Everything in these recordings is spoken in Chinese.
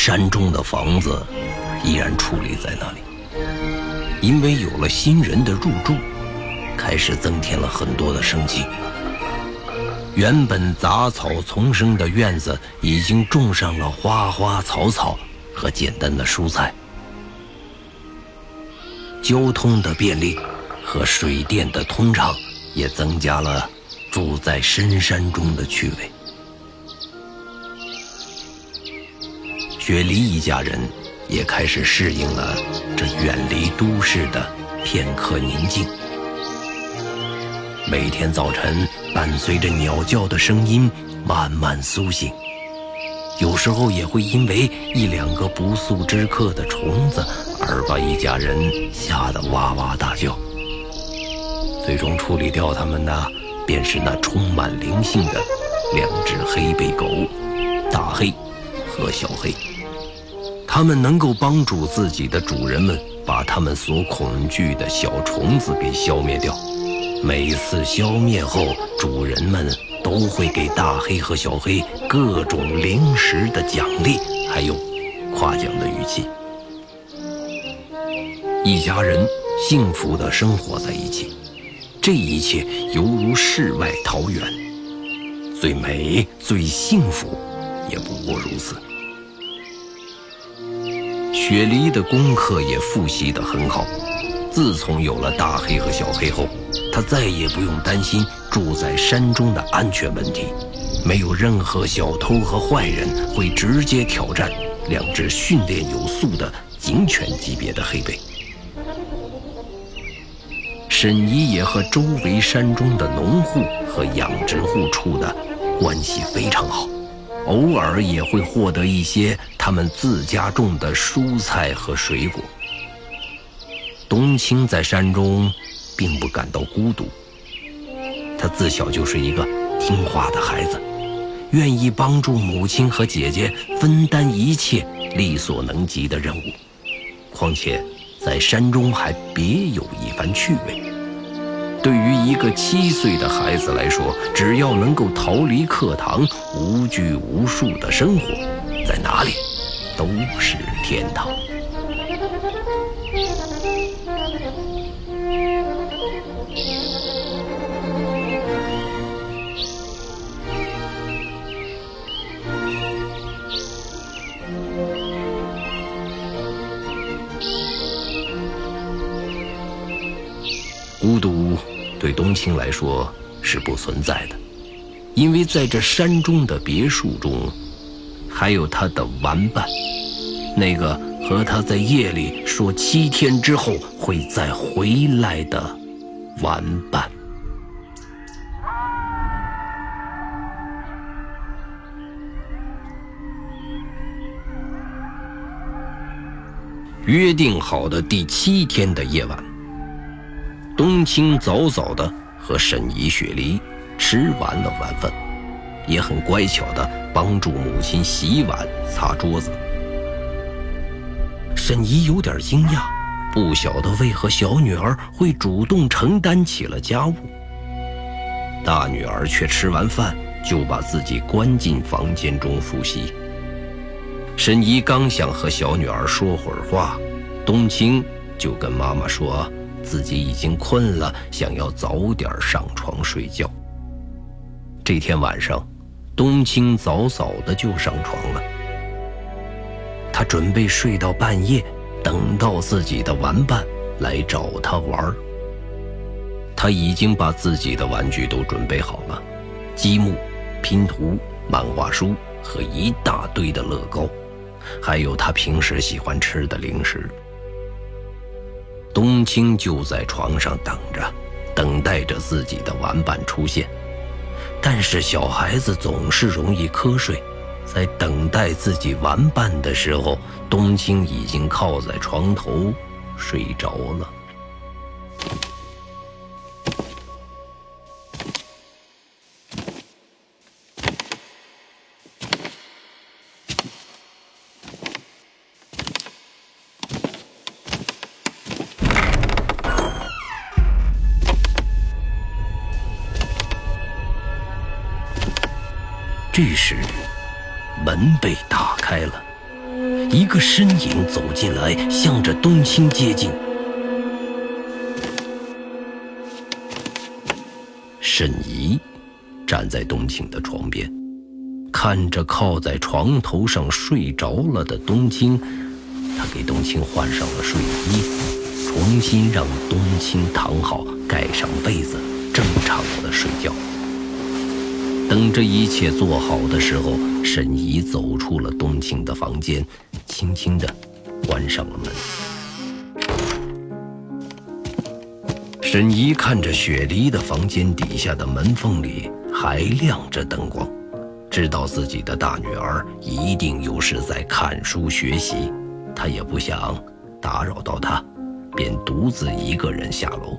山中的房子依然矗立在那里，因为有了新人的入住，开始增添了很多的生气。原本杂草丛生的院子已经种上了花花草草和简单的蔬菜，交通的便利和水电的通畅也增加了住在深山中的趣味。雪梨一家人也开始适应了这远离都市的片刻宁静。每天早晨伴随着鸟叫的声音慢慢苏醒，有时候也会因为一两个不速之客的虫子而把一家人吓得哇哇大叫。最终处理掉它们的便是那充满灵性的两只黑背狗，大黑和小黑。它们能够帮助自己的主人们把它们所恐惧的小虫子给消灭掉。每次消灭后，主人们都会给大黑和小黑各种零食的奖励，还有夸奖的语气。一家人幸福地生活在一起，这一切犹如世外桃源，最美最幸福也不过如此。雪梨的功课也复习得很好，自从有了大黑和小黑后，他再也不用担心住在山中的安全问题，没有任何小偷和坏人会直接挑战两只训练有素的警犬级别的黑背。沈姨也和周围山中的农户和养殖户处的关系非常好，偶尔也会获得一些他们自家种的蔬菜和水果。冬青在山中并不感到孤独，他自小就是一个听话的孩子，愿意帮助母亲和姐姐分担一切力所能及的任务。况且在山中还别有一番趣味。对于一个7岁的孩子来说，只要能够逃离课堂，无拘无束的生活，在哪里都是天堂。孤独对冬青来说是不存在的，因为在这山中的别墅中，还有他的玩伴，那个和他在夜里说7天之后会再回来的玩伴。约定好的第7天的夜晚，冬青早早地和沈姨、雪梨吃完了晚饭，也很乖巧地帮助母亲洗碗、擦桌子。沈姨有点惊讶，不晓得为何小女儿会主动承担起了家务。大女儿却吃完饭就把自己关进房间中复习。沈姨刚想和小女儿说会儿话，冬青就跟妈妈说自己已经困了，想要早点上床睡觉。这天晚上，冬青早早的就上床了。他准备睡到半夜，等到自己的玩伴来找他玩。他已经把自己的玩具都准备好了，积木、拼图、漫画书和一大堆的乐高，还有他平时喜欢吃的零食。冬青就在床上等着，等待着自己的玩伴出现。但是小孩子总是容易瞌睡，在等待自己玩伴的时候，冬青已经靠在床头睡着了。这时，门被打开了， 一个身影走进来，向着冬青接近。沈怡站在冬青的床边，看着靠在床头上睡着了的冬青，他给冬青换上了睡衣，重新让冬青躺好，盖上被子，正常的睡觉。等着一切做好的时候，沈怡走出了冬青的房间，轻轻地关上了门。沈怡看着雪梨的房间底下的门缝里还亮着灯光，知道自己的大女儿一定又是在看书学习，她也不想打扰到她，便独自一个人下楼。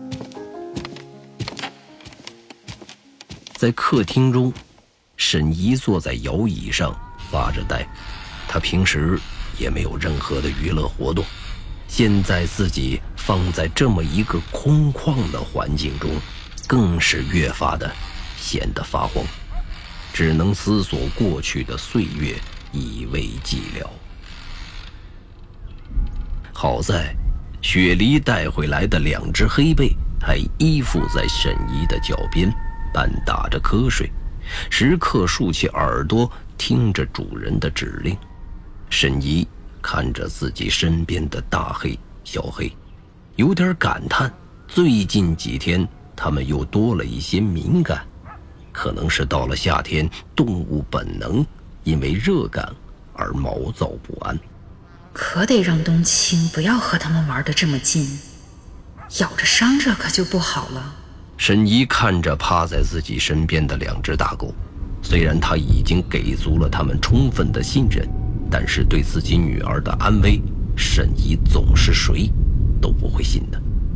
在客厅中，沈怡坐在摇椅上发着呆。她平时也没有任何的娱乐活动，现在自己放在这么一个空旷的环境中，更是越发的显得发慌，只能思索过去的岁月，以慰寂寥。好在雪梨带回来的2只黑贝还依附在沈怡的脚边，半打着瞌睡，时刻竖起耳朵听着主人的指令。沈怡看着自己身边的大黑小黑，有点感叹，最近几天它们又多了一些敏感，可能是到了夏天，动物本能因为热感而毛躁不安。 可得让冬青不要和它们玩得这么近，咬着伤着可就不好了。 沈怡看着趴在自己身边的2只大狗，虽然他已经给足了他们充分的信任，但是对自己女儿的安危，沈怡总是谁都不会信的。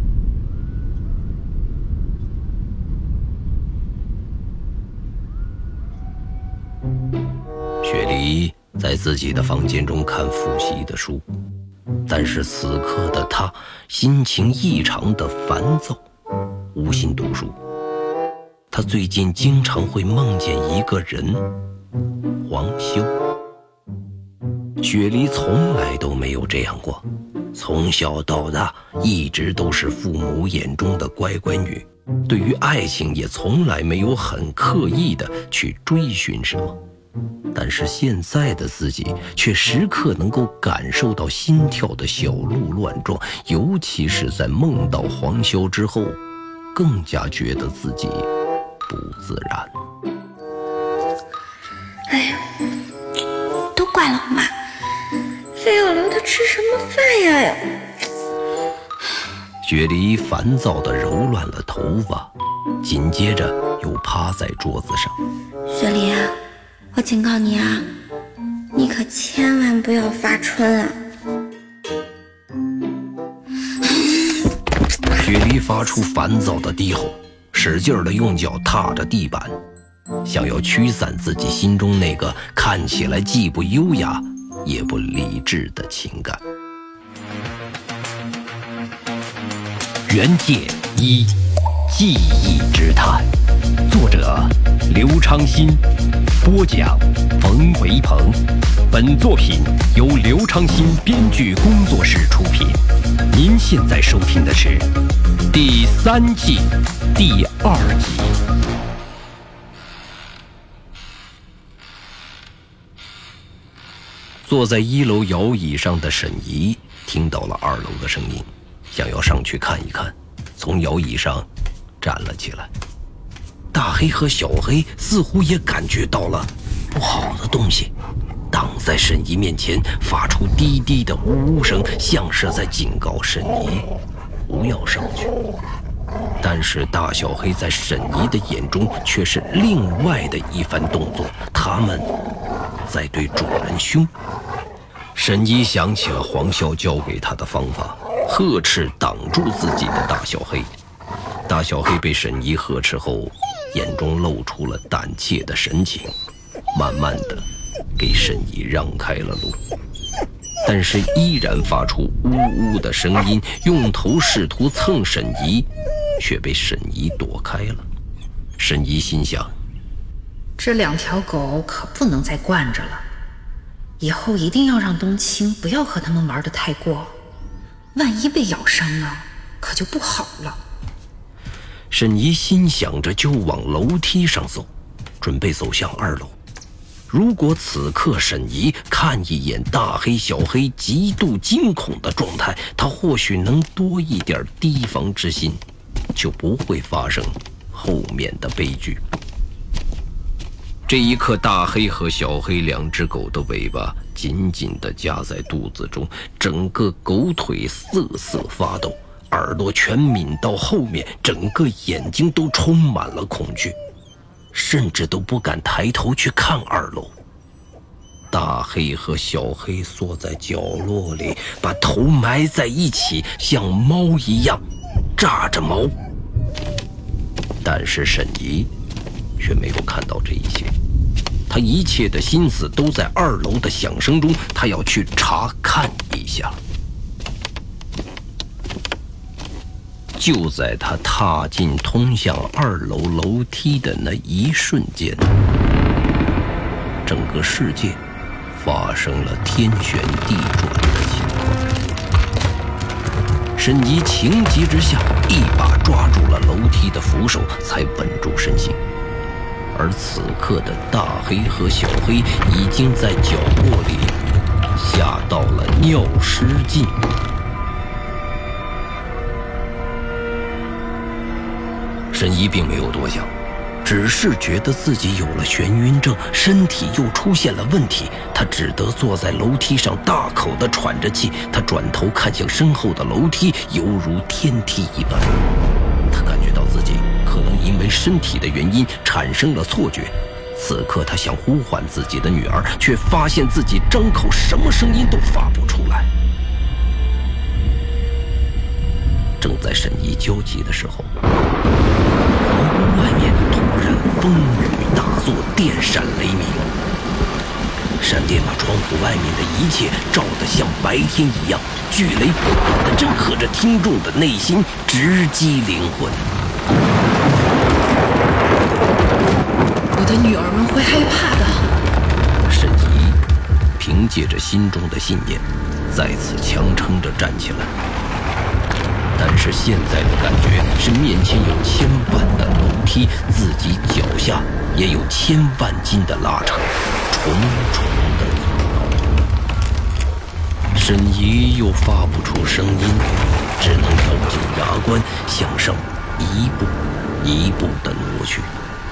雪梨在自己的房间中看复习的书，但是此刻的她心情异常的烦躁，无心读书。她最近经常会梦见一个人，黄修。雪梨从来都没有这样过，从小到大一直都是父母眼中的乖乖女，对于爱情也从来没有很刻意的去追寻什么。但是现在的自己却时刻能够感受到心跳的小鹿乱撞，尤其是在梦到黄潇之后，更加觉得自己不自然。 哎呦，都怪老妈，非要留他吃什么饭呀？ 雪梨烦躁地揉乱了头发，紧接着又趴在桌子上。 雪梨啊，我警告你啊，你可千万不要发春啊！ 雪梨发出烦躁的低吼，使劲地用脚踏着地板，想要驱散自己心中那个看起来既不优雅也不理智的情感。原界1，记忆之谈，作者刘昌新，播讲冯维鹏。本作品由刘昌新编剧工作室出品。您现在收听的是第3季第2集。坐在1楼摇椅上的沈怡听到了2楼的声音，想要上去看一看，从摇椅上站了起来。大黑和小黑似乎也感觉到了不好的东西，挡在沈怡面前，发出低低的呜呜声，像是在警告沈怡不要上去。但是大小黑在沈怡的眼中却是另外的一番动作，他们在对主人凶。沈怡想起了黄潇教给他的方法，呵斥挡住自己的大小黑。大小黑被沈怡呵斥后，眼中露出了胆怯的神情，慢慢的给沈怡让开了路，但是依然发出呜呜的声音，用头试图蹭沈怡，却被沈怡躲开了。沈怡心想， 这2条狗可不能再惯着了， 以后一定要让冬青不要和他们玩得太过，万一被咬伤了，可就不好了。 沈怡心想着就往楼梯上走，准备走向2楼。如果此刻沈怡看一眼大黑小黑极度惊恐的状态，他或许能多一点提防之心，就不会发生后面的悲剧。这一刻，大黑和小黑2只狗的尾巴紧紧地夹在肚子中，整个狗腿瑟瑟发抖，耳朵全抿到后面，整个眼睛都充满了恐惧，甚至都不敢抬头去看2楼。大黑和小黑缩在角落里，把头埋在一起，像猫一样炸着毛。但是沈怡却没有看到这一切，他一切的心思都在2楼的响声中，他要去查看一下。就在他踏进通向2楼楼梯的那一瞬间，整个世界发生了天旋地转的情况。沈怡情急之下一把抓住了楼梯的扶手，才稳住身形。而此刻的大黑和小黑已经在角落里吓到了尿失禁。沈怡并没有多想，只是觉得自己有了眩晕症，身体又出现了问题，他只得坐在楼梯上大口地喘着气。他转头看向身后的楼梯，犹如天梯一般。他感觉到自己可能因为身体的原因产生了错觉。此刻他想呼唤自己的女儿，却发现自己张口什么声音都发不出来。正在沈怡焦急的时候，房屋外面突然风雨大作，电闪雷鸣，闪电把窗户外面的一切照得像白天一样，巨雷不断地震撼着听众的内心，直击灵魂。 我的女儿们会害怕的。 沈怡凭借着心中的信念，再次强撑着站起来。但是现在的感觉是面前有1000万的楼梯，自己脚下也有1000万斤的拉扯，重重的阻挠。沈怡又发不出声音，只能咬紧牙关向上一步一步地挪去。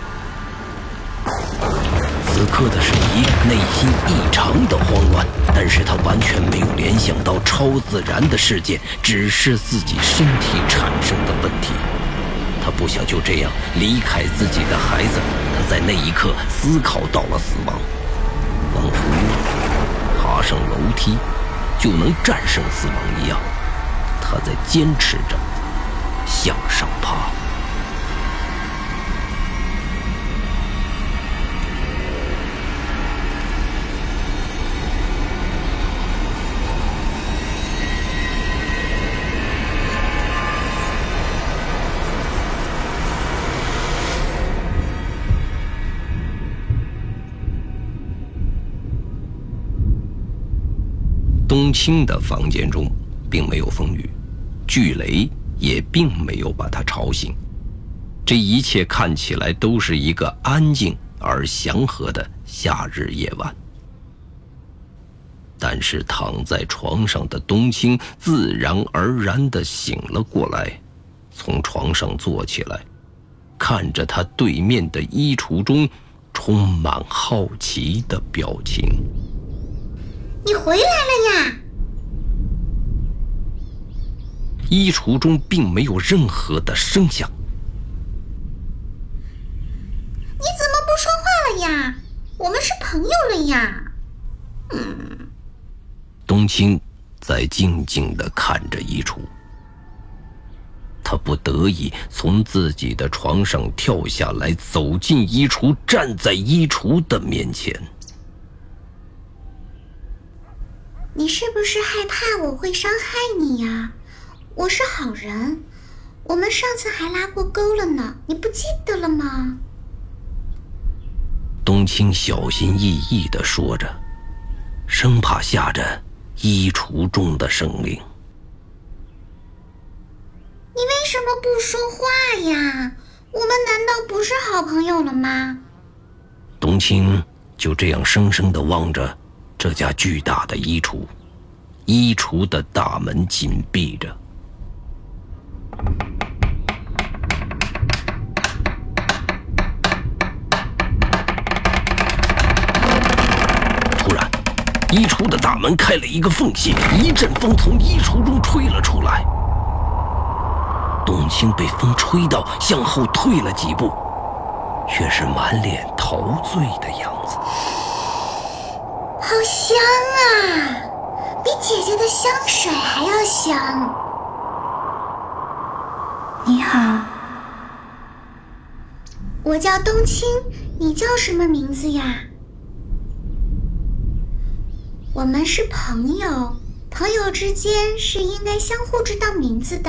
此刻的沈怡内心异常的慌乱，但是他完全没有联想到超自然的事件，只是自己身体产生的问题。他不想就这样离开自己的孩子，他在那一刻思考到了死亡，仿佛爬上楼梯就能战胜死亡一样，他在坚持着向上爬。冬青的房间中并没有风雨，巨雷也并没有把他吵醒，这一切看起来都是一个安静而祥和的夏日夜晚。但是躺在床上的冬青自然而然地醒了过来，从床上坐起来，看着他对面的衣橱中充满好奇的表情。 你回来了呀！ 衣橱中并没有任何的声响。 你怎么不说话了呀？我们是朋友了呀。 冬青在静静地看着衣橱，他不得已从自己的床上跳下来，走进衣橱，站在衣橱的面前。 你是不是害怕我会伤害你呀？我是好人，我们上次还拉过钩了呢，你不记得了吗？冬青小心翼翼地说着， 生怕吓着衣橱中的生灵。 你为什么不说话呀？我们难道不是好朋友了吗？ 冬青就这样生生地望着这家巨大的衣橱，衣橱的大门紧闭着。突然，衣橱的大门开了一个缝隙，一阵风从衣橱中吹了出来。冬青被风吹到向后退了几步，却是满脸陶醉的样子。 好香啊，比姐姐的香水还要香。 你好， 我叫冬青，你叫什么名字呀？我们是朋友，朋友之间是应该相互知道名字的。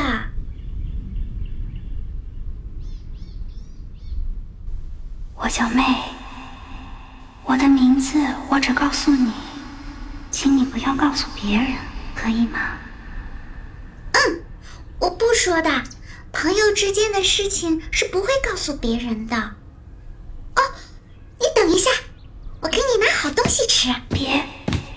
我叫妹，我的名字我只告诉你，请你不要告诉别人，可以吗？ 我不说的，朋友之间的事情是不会告诉别人的。哦，你等一下，我给你拿好东西吃。 别！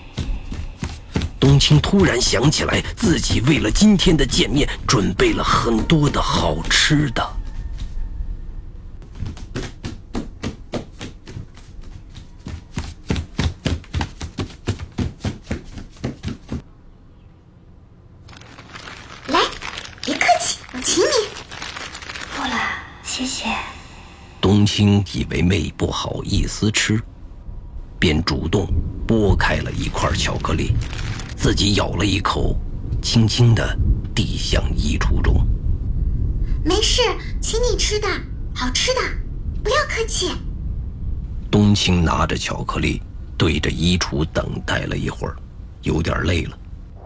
冬青突然想起来，自己为了今天的见面准备了很多的好吃的。 来，别客气，我请你。 不了，谢谢。 冬青以为妹不好意思吃，便主动剥开了一块巧克力，自己咬了一口，轻轻地递向衣橱中。 没事，请你吃的，好吃的，不要客气。 冬青拿着巧克力，对着衣橱等待了一会儿，有点累了。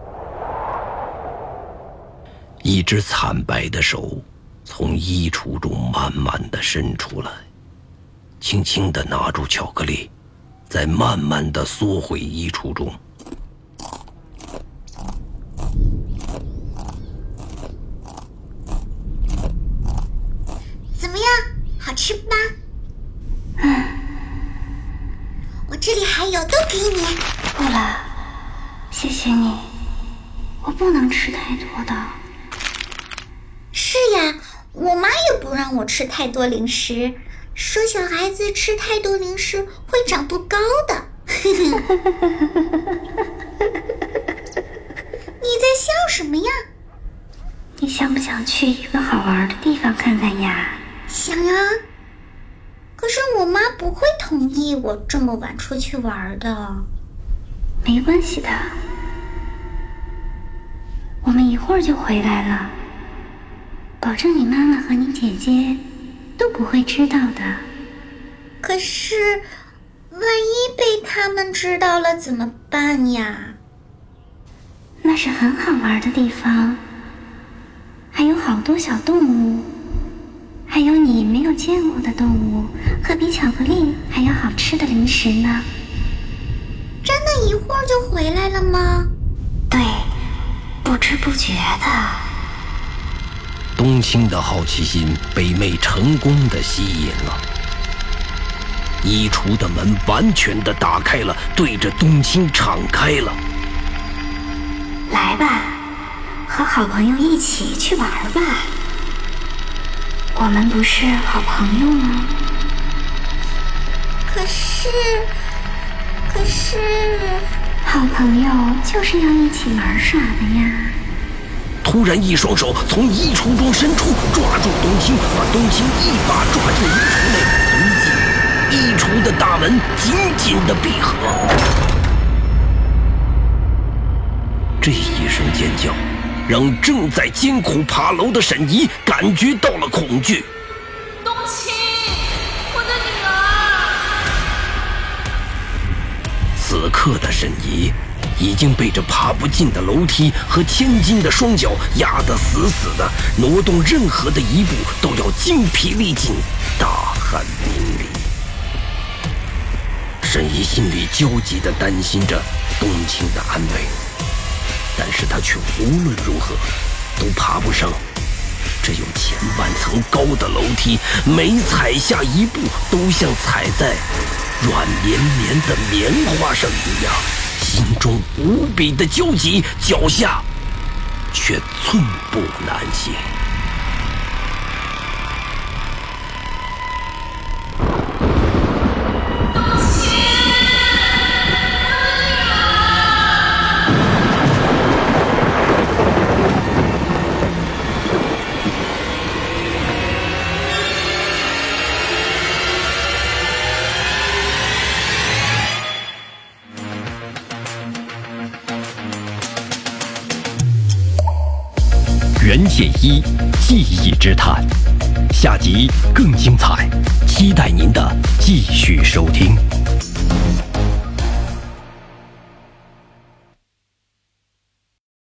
一只惨白的手从衣橱中慢慢地伸出来，轻轻地拿住巧克力，再慢慢地缩回衣橱中。 怎么样，好吃吧？我这里还有，都给你。 不了，谢谢你，我不能吃太多的。 是呀，我妈也不让我吃太多零食，说小孩子吃太多零食会长不高的。你在笑什么呀？ 你想不想去一个好玩的地方看看呀？ 想啊，可是我妈不会同意我这么晚出去玩的。 没关系的，我们一会儿就回来了，保证你妈妈和你姐姐都不会知道的。 可是万一被他们知道了怎么办呀？ 那是很好玩的地方，还有好多小动物，还有你没有见过的动物和比巧克力还要好吃的零食呢。 真的一会儿就回来了吗？ 对，不知不觉的。 冬青的好奇心被妹成功地吸引了，衣橱的门完全地打开了，对着冬青敞开了。 来吧，和好朋友一起去玩吧。我们不是好朋友吗？ 可是， 好朋友就是要一起玩耍的呀。 突然，一双手从衣橱中伸出，抓住冬青，把冬青一把抓进衣橱内，随即衣橱的大门紧紧地闭合。这一声尖叫让正在艰苦爬楼的沈怡感觉到了恐惧。 冬青，我的女儿！ 此刻的沈怡已经被这爬不进的楼梯和千斤的双脚压得死死的，挪动任何的一步都要精疲力尽，大汗淋漓。 沈怡心里焦急地担心着冬青的安危，但是他却无论如何都爬不上这有千万层高的楼梯，每踩下一步都像踩在软绵绵的棉花上一样，心中无比的焦急，脚下却寸步难行。 袁解一记忆之谈，下集更精彩，期待您的继续收听。